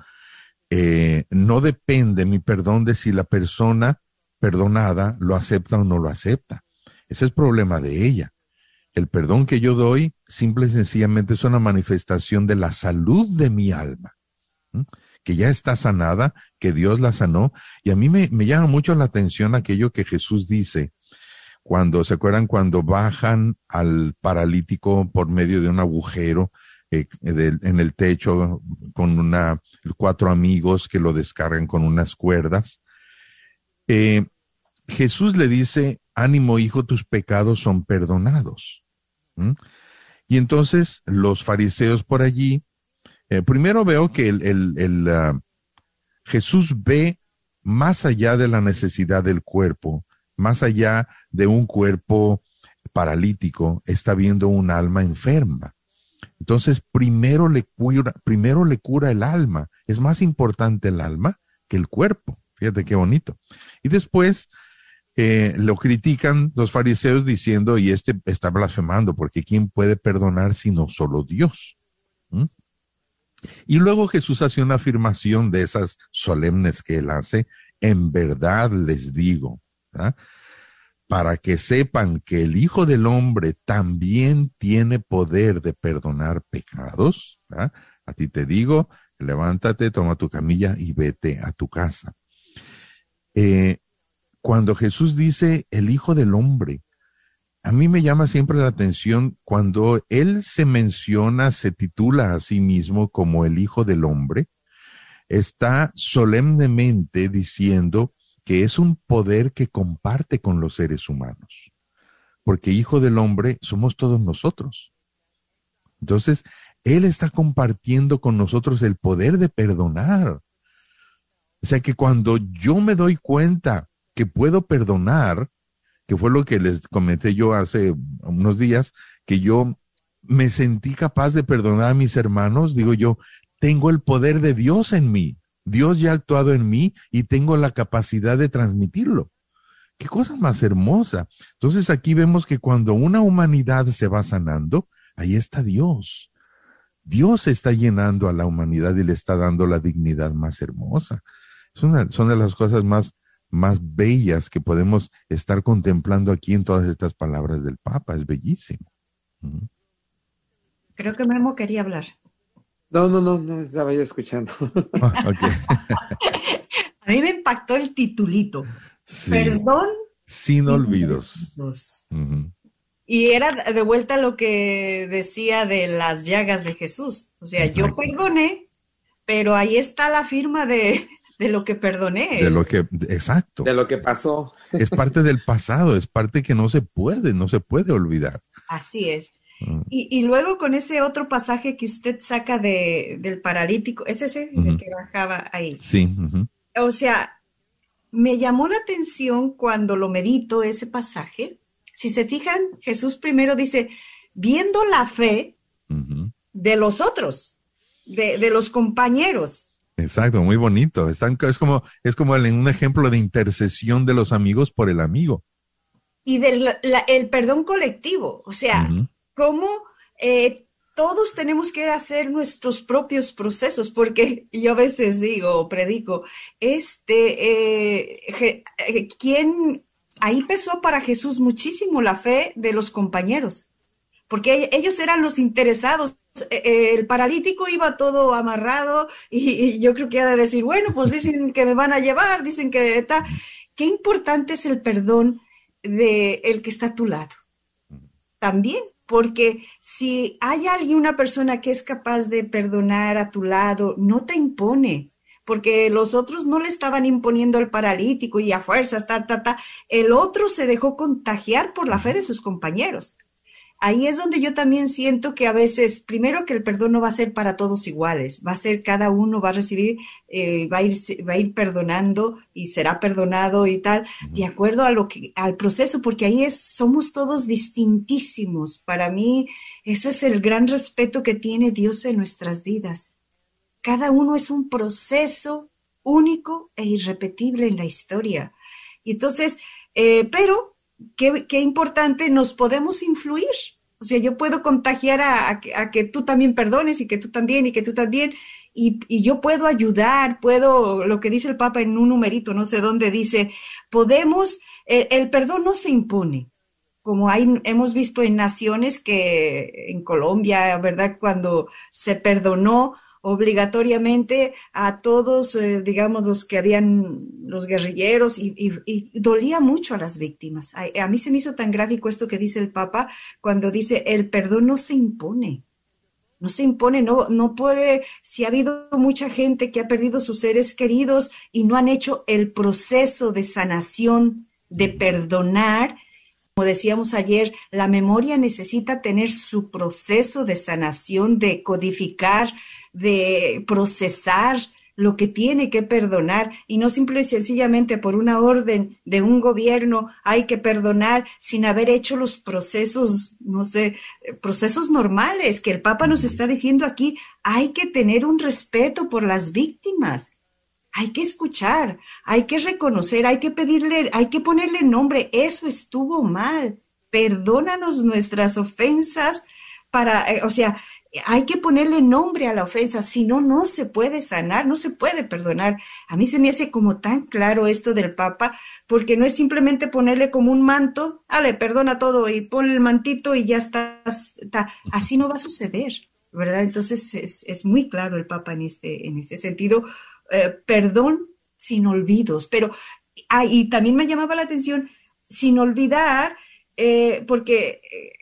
eh, no depende mi perdón de si la persona perdonada lo acepta o no lo acepta. Ese es el problema de ella. El perdón que yo doy simple y sencillamente es una manifestación de la salud de mi alma, ¿sí? Que ya está sanada, que Dios la sanó. Y a mí me, me llama mucho la atención aquello que Jesús dice cuando, ¿se acuerdan? Cuando bajan al paralítico por medio de un agujero eh, de, en el techo con una, cuatro amigos que lo descargan con unas cuerdas. Eh, Jesús le dice, ánimo hijo, tus pecados son perdonados. ¿Mm? Y entonces los fariseos por allí, eh, primero veo que el, el, el, uh, Jesús ve más allá de la necesidad del cuerpo, más allá de un cuerpo paralítico, está viendo un alma enferma. Entonces primero le cura, primero le cura el alma. Es más importante el alma que el cuerpo. Fíjate qué bonito. Y después eh, lo critican los fariseos diciendo, y este está blasfemando, porque ¿quién puede perdonar sino solo Dios? ¿Mm? Y luego Jesús hace una afirmación de esas solemnes que él hace, en verdad les digo, ¿ah? Para que sepan que el Hijo del Hombre también tiene poder de perdonar pecados, ¿ah? A ti te digo, levántate, toma tu camilla y vete a tu casa. Eh, cuando Jesús dice el Hijo del Hombre, a mí me llama siempre la atención cuando Él se menciona, se titula a sí mismo como el Hijo del Hombre, está solemnemente diciendo que es un poder que comparte con los seres humanos, porque Hijo del Hombre somos todos nosotros. Entonces, Él está compartiendo con nosotros el poder de perdonar. O sea que cuando yo me doy cuenta que puedo perdonar, que fue lo que les comenté yo hace unos días, que yo me sentí capaz de perdonar a mis hermanos, digo yo, tengo el poder de Dios en mí. Dios ya ha actuado en mí y tengo la capacidad de transmitirlo. Qué cosa más hermosa. Entonces aquí vemos que cuando una humanidad se va sanando, ahí está Dios. Dios está llenando a la humanidad y le está dando la dignidad más hermosa. Es una, son de las cosas más, más bellas que podemos estar contemplando aquí en todas estas palabras del Papa. Es bellísimo. Uh-huh. Creo que Memo quería hablar. No, no, no, no, estaba yo escuchando. Ah, okay. A mí me impactó el titulito. Sí. Perdón sin olvidos. olvidos. Uh-huh. Y era de vuelta lo que decía de las llagas de Jesús. O sea, yo perdoné, pero ahí está la firma de, de lo que perdoné. De lo que, exacto. De lo que pasó. Es parte del pasado, es parte que no se puede, no se puede olvidar. Así es. Mm. Y, y luego con ese otro pasaje que usted saca de, del paralítico, ¿es ese uh-huh. el que bajaba ahí? Sí. Uh-huh. O sea, me llamó la atención cuando lo medito ese pasaje. Si se fijan, Jesús primero dice, viendo la fe uh-huh. de los otros, de, de los compañeros. Exacto, muy bonito. Están, es como, es como el, un ejemplo de intercesión de los amigos por el amigo. Y del la, el perdón colectivo. O sea, uh-huh. cómo eh, todos tenemos que hacer nuestros propios procesos, porque yo a veces digo, predico, este, eh, eh, ¿quién... Ahí pesó para Jesús muchísimo la fe de los compañeros, porque ellos eran los interesados. El paralítico iba todo amarrado y yo creo que ha de decir, bueno, pues dicen que me van a llevar, dicen que está. Qué importante es el perdón de el que está a tu lado. También, porque si hay alguien, una persona que es capaz de perdonar a tu lado, no te impone. Porque los otros no le estaban imponiendo al paralítico y a fuerzas, ta, ta, ta. El otro se dejó contagiar por la fe de sus compañeros. Ahí es donde yo también siento que a veces, primero que el perdón no va a ser para todos iguales, va a ser cada uno va a recibir, eh, va a ir, va a ir perdonando y será perdonado y tal, uh-huh. de acuerdo a lo que, al proceso, porque ahí es, somos todos distintísimos. Para mí, eso es el gran respeto que tiene Dios en nuestras vidas. Cada uno es un proceso único e irrepetible en la historia. Y entonces, eh, pero, qué, qué importante, nos podemos influir. O sea, yo puedo contagiar a, a, a que tú también perdones y que tú también y que tú también. Y, y yo puedo ayudar, puedo, lo que dice el Papa en un numerito, no sé dónde, dice, podemos, el, el perdón no se impone. Como hay, hemos visto en naciones que, en Colombia, ¿verdad? Cuando se perdonó obligatoriamente a todos, eh, digamos, los que habían, los guerrilleros, y, y, y dolía mucho a las víctimas. A, a mí se me hizo tan gráfico esto que dice el Papa cuando dice, el perdón no se impone, no se impone, no, no puede, si ha habido mucha gente que ha perdido sus seres queridos y no han hecho el proceso de sanación, de perdonar. Como decíamos ayer, la memoria necesita tener su proceso de sanación, de codificar, de procesar lo que tiene que perdonar, y no simple y sencillamente por una orden de un gobierno hay que perdonar sin haber hecho los procesos, no sé, procesos normales que el Papa nos está diciendo aquí. Hay que tener un respeto por las víctimas. Hay que escuchar, hay que reconocer, hay que pedirle, hay que ponerle nombre. Eso estuvo mal. Perdónanos nuestras ofensas para, eh, o sea, hay que ponerle nombre a la ofensa, si no, no se puede sanar, no se puede perdonar. A mí se me hace como tan claro esto del Papa, porque no es simplemente ponerle como un manto, ale, perdona todo y ponle el mantito y ya estás, está. Así no va a suceder, ¿verdad? Entonces es, es muy claro el Papa en este, en este sentido. Eh, perdón sin olvidos, pero ah, y también me llamaba la atención, sin olvidar, eh, porque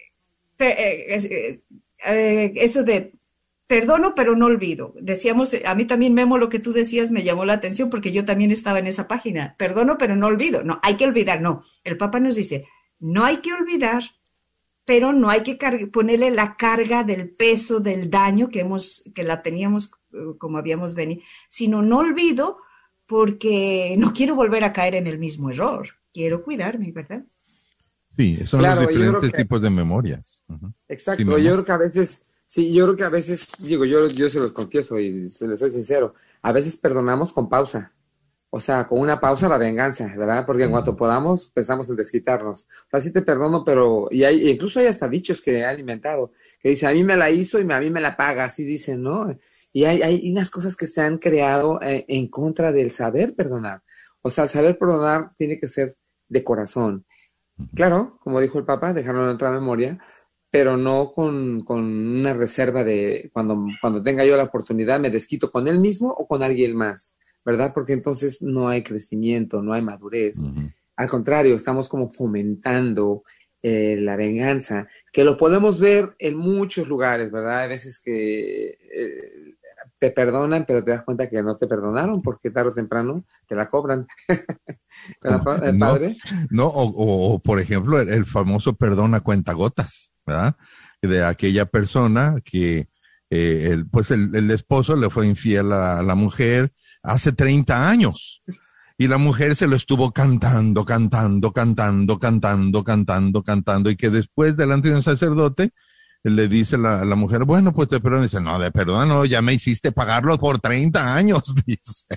eh, eh, eh, eso de perdono pero no olvido, decíamos, a mí también, Memo, lo que tú decías me llamó la atención porque yo también estaba en esa página, perdono pero no olvido, no, hay que olvidar, no, el Papa nos dice, no hay que olvidar, pero no hay que car- ponerle la carga del peso del daño que hemos, que la teníamos como habíamos venido, sino no olvido porque no quiero volver a caer en el mismo error, quiero cuidarme, ¿verdad? Sí, son claro, los diferentes que, tipos de memorias. Uh-huh. Exacto, sí, yo creo que a veces, sí, yo creo que a veces, digo, yo, yo se los confieso y se les soy sincero, a veces perdonamos con pausa, o sea, con una pausa la venganza, ¿verdad? Porque en cuanto podamos, pensamos en desquitarnos. O sea, sí te perdono, pero, y hay, incluso hay hasta dichos que he alimentado, que dice, a mí me la hizo y a mí me la paga, así dicen, ¿no? Y hay, hay unas cosas que se han creado eh, en contra del saber perdonar. O sea, el saber perdonar tiene que ser de corazón. Claro, como dijo el Papa, dejarlo en otra memoria, pero no con, con una reserva de cuando, cuando tenga yo la oportunidad me desquito con él mismo o con alguien más, ¿verdad? Porque entonces no hay crecimiento, no hay madurez. Uh-huh. Al contrario, estamos como fomentando eh, la venganza, que lo podemos ver en muchos lugares, ¿verdad? Hay veces que eh, te perdonan, pero te das cuenta que no te perdonaron porque tarde o temprano te la cobran. ¿Verdad, no, padre? No, o, o, o por ejemplo, el, el famoso perdón a cuentagotas, ¿verdad? De aquella persona que eh, el, pues el, el esposo le fue infiel a, a la mujer hace treinta años. Y la mujer se lo estuvo cantando, cantando, cantando, cantando, cantando, cantando, y que después, delante de un sacerdote, le dice la, la mujer, bueno, pues te perdono. Dice, no, de perdón, no, ya me hiciste pagarlo por treinta años, dice.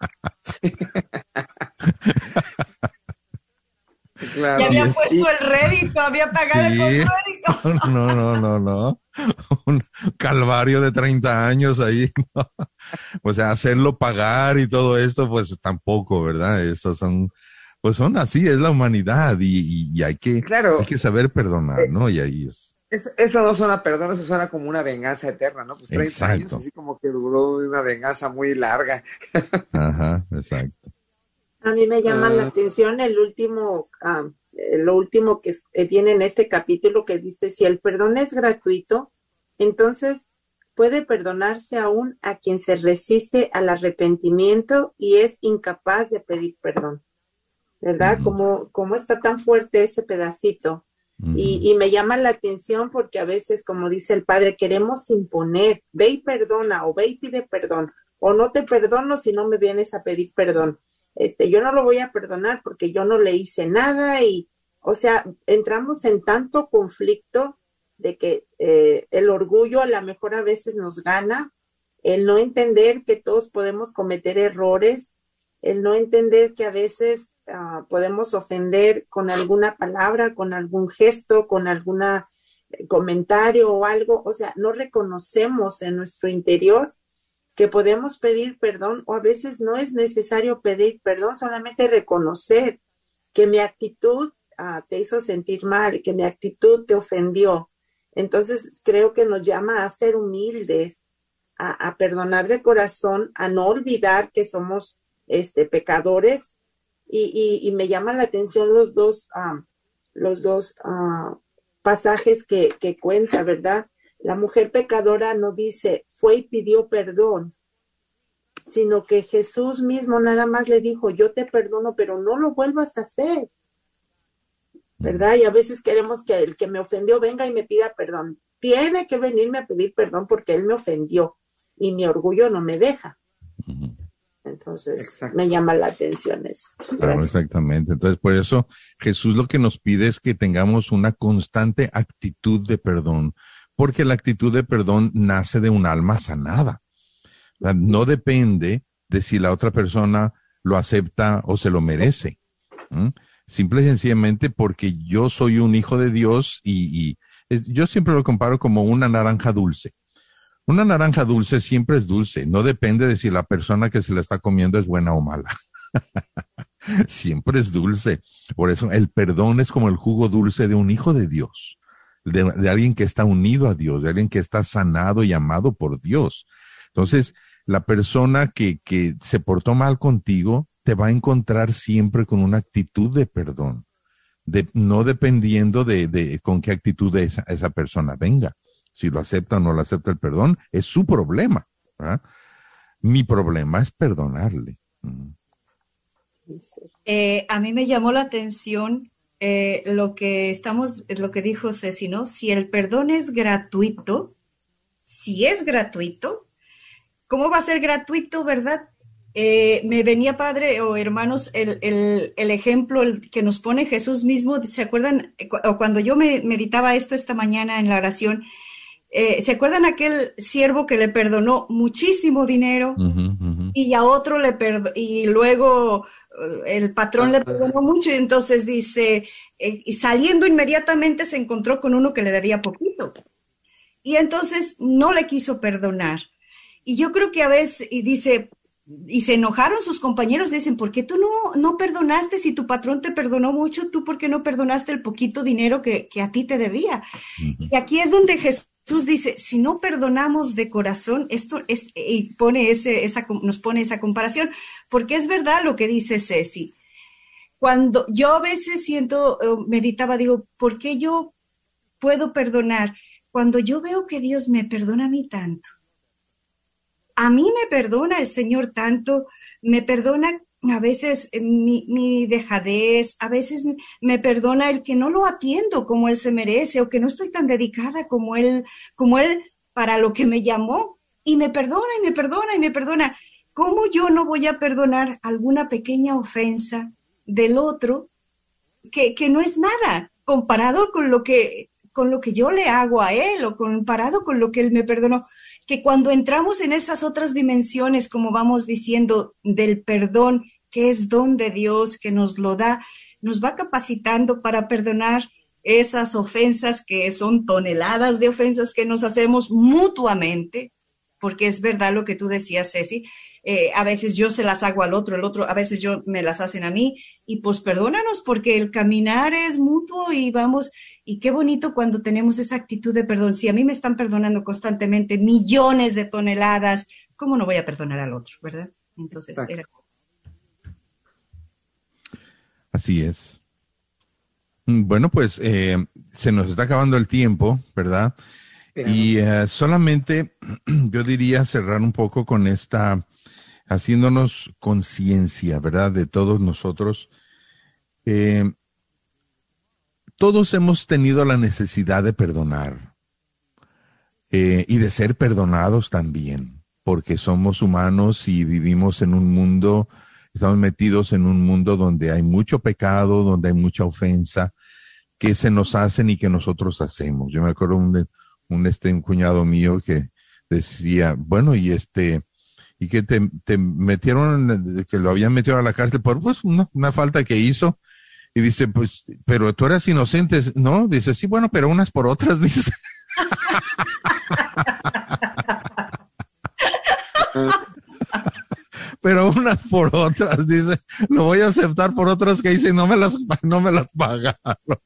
Claro. Ya había puesto y, el rédito, había pagado sí, el rédito. No, no, no, no. Un calvario de treinta años ahí, ¿no? O sea, hacerlo pagar y todo esto, pues tampoco, ¿verdad? Esos son, pues son así, es la humanidad y, y, y hay que, claro, hay que saber perdonar, ¿no? Y ahí es. Eso, eso no suena perdón, eso suena como una venganza eterna, ¿no? Pues treinta exacto. años, así como que duró una venganza muy larga. Ajá, exacto. A mí me llama uh, la atención el último, uh, lo último que viene en este capítulo que dice, si el perdón es gratuito, entonces puede perdonarse aún a quien se resiste al arrepentimiento y es incapaz de pedir perdón. ¿Verdad? Uh-huh. ¿Cómo, cómo está tan fuerte ese pedacito? Uh-huh. Y, y me llama la atención porque a veces, como dice el padre, queremos imponer, ve y perdona, o ve y pide perdón, o no te perdono si no me vienes a pedir perdón. Este, yo no lo voy a perdonar porque yo no le hice nada y, o sea, entramos en tanto conflicto de que eh, el orgullo a lo mejor a veces nos gana, el no entender que todos podemos cometer errores, el no entender que a veces uh, podemos ofender con alguna palabra, con algún gesto, con algún comentario o algo, o sea, no reconocemos en nuestro interior que podemos pedir perdón o a veces no es necesario pedir perdón, solamente reconocer que mi actitud uh, te hizo sentir mal, que mi actitud te ofendió. Entonces creo que nos llama a ser humildes, a, a perdonar de corazón, a no olvidar que somos este, pecadores y, y, y me llama la atención los dos, um, los dos uh, pasajes que, que cuenta, ¿verdad? La mujer pecadora no dice, fue y pidió perdón, sino que Jesús mismo nada más le dijo, yo te perdono, pero no lo vuelvas a hacer, ¿verdad? Y a veces queremos que el que me ofendió venga y me pida perdón. Tiene que venirme a pedir perdón porque él me ofendió y mi orgullo no me deja. Entonces, exacto, me llama la atención eso. Claro, exactamente. Entonces, por eso Jesús lo que nos pide es que tengamos una constante actitud de perdón, porque la actitud de perdón nace de un alma sanada. O sea, no depende de si la otra persona lo acepta o se lo merece. ¿Mm? Simple y sencillamente porque yo soy un hijo de Dios y, y yo siempre lo comparo como una naranja dulce. Una naranja dulce siempre es dulce, no depende de si la persona que se la está comiendo es buena o mala. Siempre es dulce. Por eso el perdón es como el jugo dulce de un hijo de Dios, de, de alguien que está unido a Dios, de alguien que está sanado y amado por Dios. Entonces, la persona que, que se portó mal contigo te va a encontrar siempre con una actitud de perdón, de, no dependiendo de, de con qué actitud esa, esa persona venga. Si lo acepta o no lo acepta el perdón, es su problema. ¿Verdad? Mi problema es perdonarle. Eh, a mí me llamó la atención eh, lo que estamos, lo que dijo Ceci, ¿no? Si el perdón es gratuito, si es gratuito, ¿cómo va a ser gratuito, verdad? Eh, me venía, padre o hermanos, el, el, el ejemplo el que nos pone Jesús mismo. ¿Se acuerdan? O cuando yo me meditaba esto esta mañana en la oración, Eh, ¿se acuerdan aquel siervo que le perdonó muchísimo dinero uh-huh, uh-huh. y a otro le perdonó y luego uh, el patrón uh-huh. le perdonó mucho y entonces dice, eh, y saliendo inmediatamente se encontró con uno que le debía poquito y entonces no le quiso perdonar? Y yo creo que a veces, y dice, y se enojaron sus compañeros, dicen, ¿por qué tú no, no perdonaste si tu patrón te perdonó mucho? ¿Tú por qué no perdonaste el poquito dinero que, que a ti te debía? Uh-huh. Y aquí es donde Jesús Jesús dice, si no perdonamos de corazón, esto es, y pone ese, esa, nos pone esa comparación, porque es verdad lo que dice Ceci. cuando yo a veces siento, meditaba, digo, ¿por qué yo puedo perdonar? Cuando yo veo que Dios me perdona a mí tanto, a mí me perdona el Señor tanto, me perdona a veces mi, mi dejadez, a veces me perdona el que no lo atiendo como Él se merece o que no estoy tan dedicada como Él, como Él para lo que me llamó, y me perdona y me perdona y me perdona. ¿Cómo yo no voy a perdonar alguna pequeña ofensa del otro que, que no es nada comparado con lo que, con lo que yo le hago a Él o comparado con lo que Él me perdonó? Que cuando entramos en esas otras dimensiones, como vamos diciendo, del perdón, que es don de Dios, que nos lo da, nos va capacitando para perdonar esas ofensas que son toneladas de ofensas que nos hacemos mutuamente, porque es verdad lo que tú decías, Ceci, eh, a veces yo se las hago al otro, el otro, a veces yo me las hacen a mí, y pues perdónanos porque el caminar es mutuo y vamos, y qué bonito cuando tenemos esa actitud de perdón. Si a mí me están perdonando constantemente millones de toneladas, ¿cómo no voy a perdonar al otro, verdad? Entonces, era... Así es. Bueno, pues eh, se nos está acabando el tiempo, ¿verdad? Pero... Y eh, solamente yo diría cerrar un poco con esta, haciéndonos conciencia, ¿verdad? De todos nosotros. Eh, todos hemos tenido la necesidad de perdonar eh, y de ser perdonados también, porque somos humanos y vivimos en un mundo... Estamos metidos en un mundo donde hay mucho pecado, donde hay mucha ofensa que se nos hacen y que nosotros hacemos. Yo me acuerdo un, un, este, un cuñado mío que decía, bueno, y este, y que te, te metieron, que lo habían metido a la cárcel por pues, una, una falta que hizo. Y dice, pues, pero tú eras inocente, ¿no? Dice, sí, bueno, pero unas por otras, dice. Pero unas por otras, dice, lo voy a aceptar por otras que hice y no me las, no me las pagaron.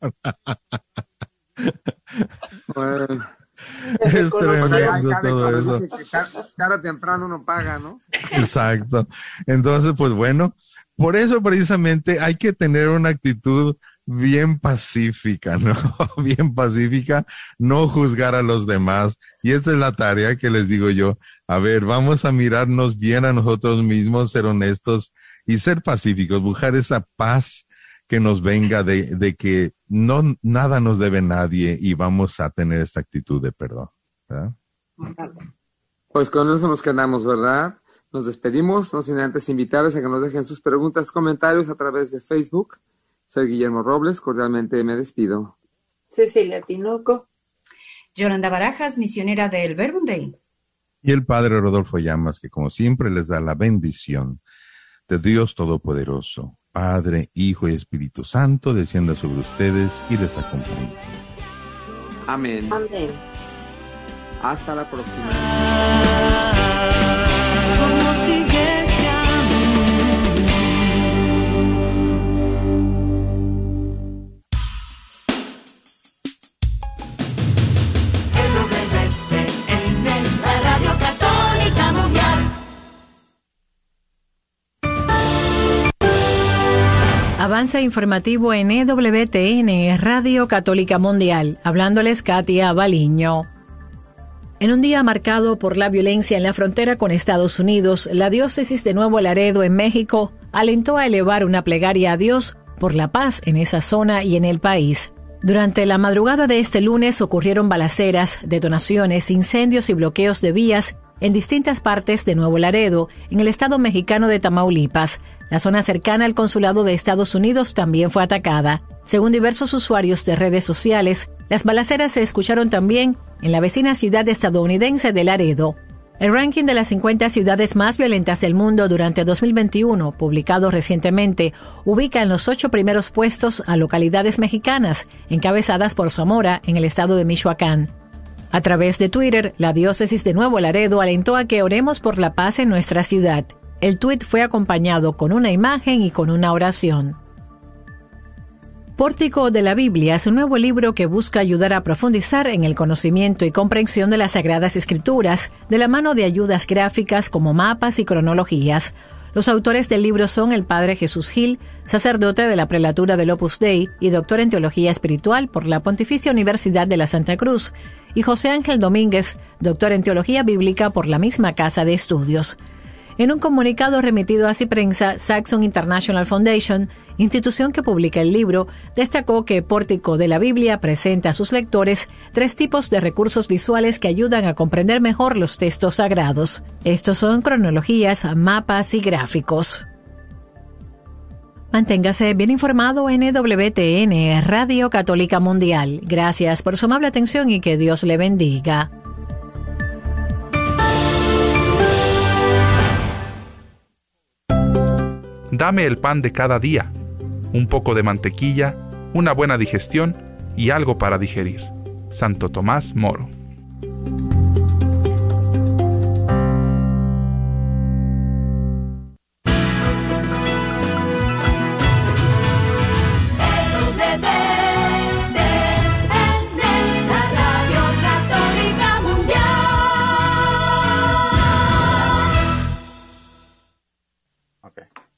Bueno, es tremendo cada, todo cada, eso. Tarde o temprano uno paga, ¿no? Exacto. Entonces, pues bueno, por eso precisamente hay que tener una actitud bien pacífica, ¿no? Bien pacífica, no juzgar a los demás. Y esta es la tarea que les digo yo. A ver, vamos a mirarnos bien a nosotros mismos, ser honestos y ser pacíficos, buscar esa paz que nos venga de, de que no, nada nos debe nadie y vamos a tener esta actitud de perdón, ¿verdad? Pues con eso nos quedamos, ¿verdad? Nos despedimos, no sin antes invitarles a que nos dejen sus preguntas, comentarios a través de Facebook. Soy Guillermo Robles, cordialmente me despido. Cecilia Tinoco. Yolanda Barajas, misionera del Verbum Dei. Y el Padre Rodolfo Llamas, que como siempre les da la bendición de Dios Todopoderoso, Padre, Hijo y Espíritu Santo, descienda sobre ustedes y les acompañe. Amén. Amén. Hasta la próxima. Somos iglesia. Avance informativo en E W T N, Radio Católica Mundial. Hablándoles Katia Baliño. En un día marcado por la violencia en la frontera con Estados Unidos, la diócesis de Nuevo Laredo en México alentó a elevar una plegaria a Dios por la paz en esa zona y en el país. Durante la madrugada de este lunes ocurrieron balaceras, detonaciones, incendios y bloqueos de vías en distintas partes de Nuevo Laredo, en el estado mexicano de Tamaulipas. La zona cercana al consulado de Estados Unidos también fue atacada. Según diversos usuarios de redes sociales, las balaceras se escucharon también en la vecina ciudad estadounidense de Laredo. El ranking de las cincuenta ciudades más violentas del mundo durante dos mil veintiuno, publicado recientemente, ubica en los ocho primeros puestos a localidades mexicanas, encabezadas por Zamora, en el estado de Michoacán. A través de Twitter, la diócesis de Nuevo Laredo alentó a que oremos por la paz en nuestra ciudad. El tuit fue acompañado con una imagen y con una oración. Pórtico de la Biblia es un nuevo libro que busca ayudar a profundizar en el conocimiento y comprensión de las Sagradas Escrituras, de la mano de ayudas gráficas como mapas y cronologías. Los autores del libro son el padre Jesús Gil, sacerdote de la prelatura del Opus Dei y doctor en Teología Espiritual por la Pontificia Universidad de la Santa Cruz, y José Ángel Domínguez, doctor en Teología Bíblica por la misma casa de estudios. En un comunicado remitido a Ciprensa, Saxon International Foundation, institución que publica el libro, destacó que Pórtico de la Biblia presenta a sus lectores tres tipos de recursos visuales que ayudan a comprender mejor los textos sagrados. Estos son cronologías, mapas y gráficos. Manténgase bien informado en E W T N, Radio Católica Mundial. Gracias por su amable atención y que Dios le bendiga. Dame el pan de cada día, un poco de mantequilla, una buena digestión y algo para digerir. Santo Tomás Moro.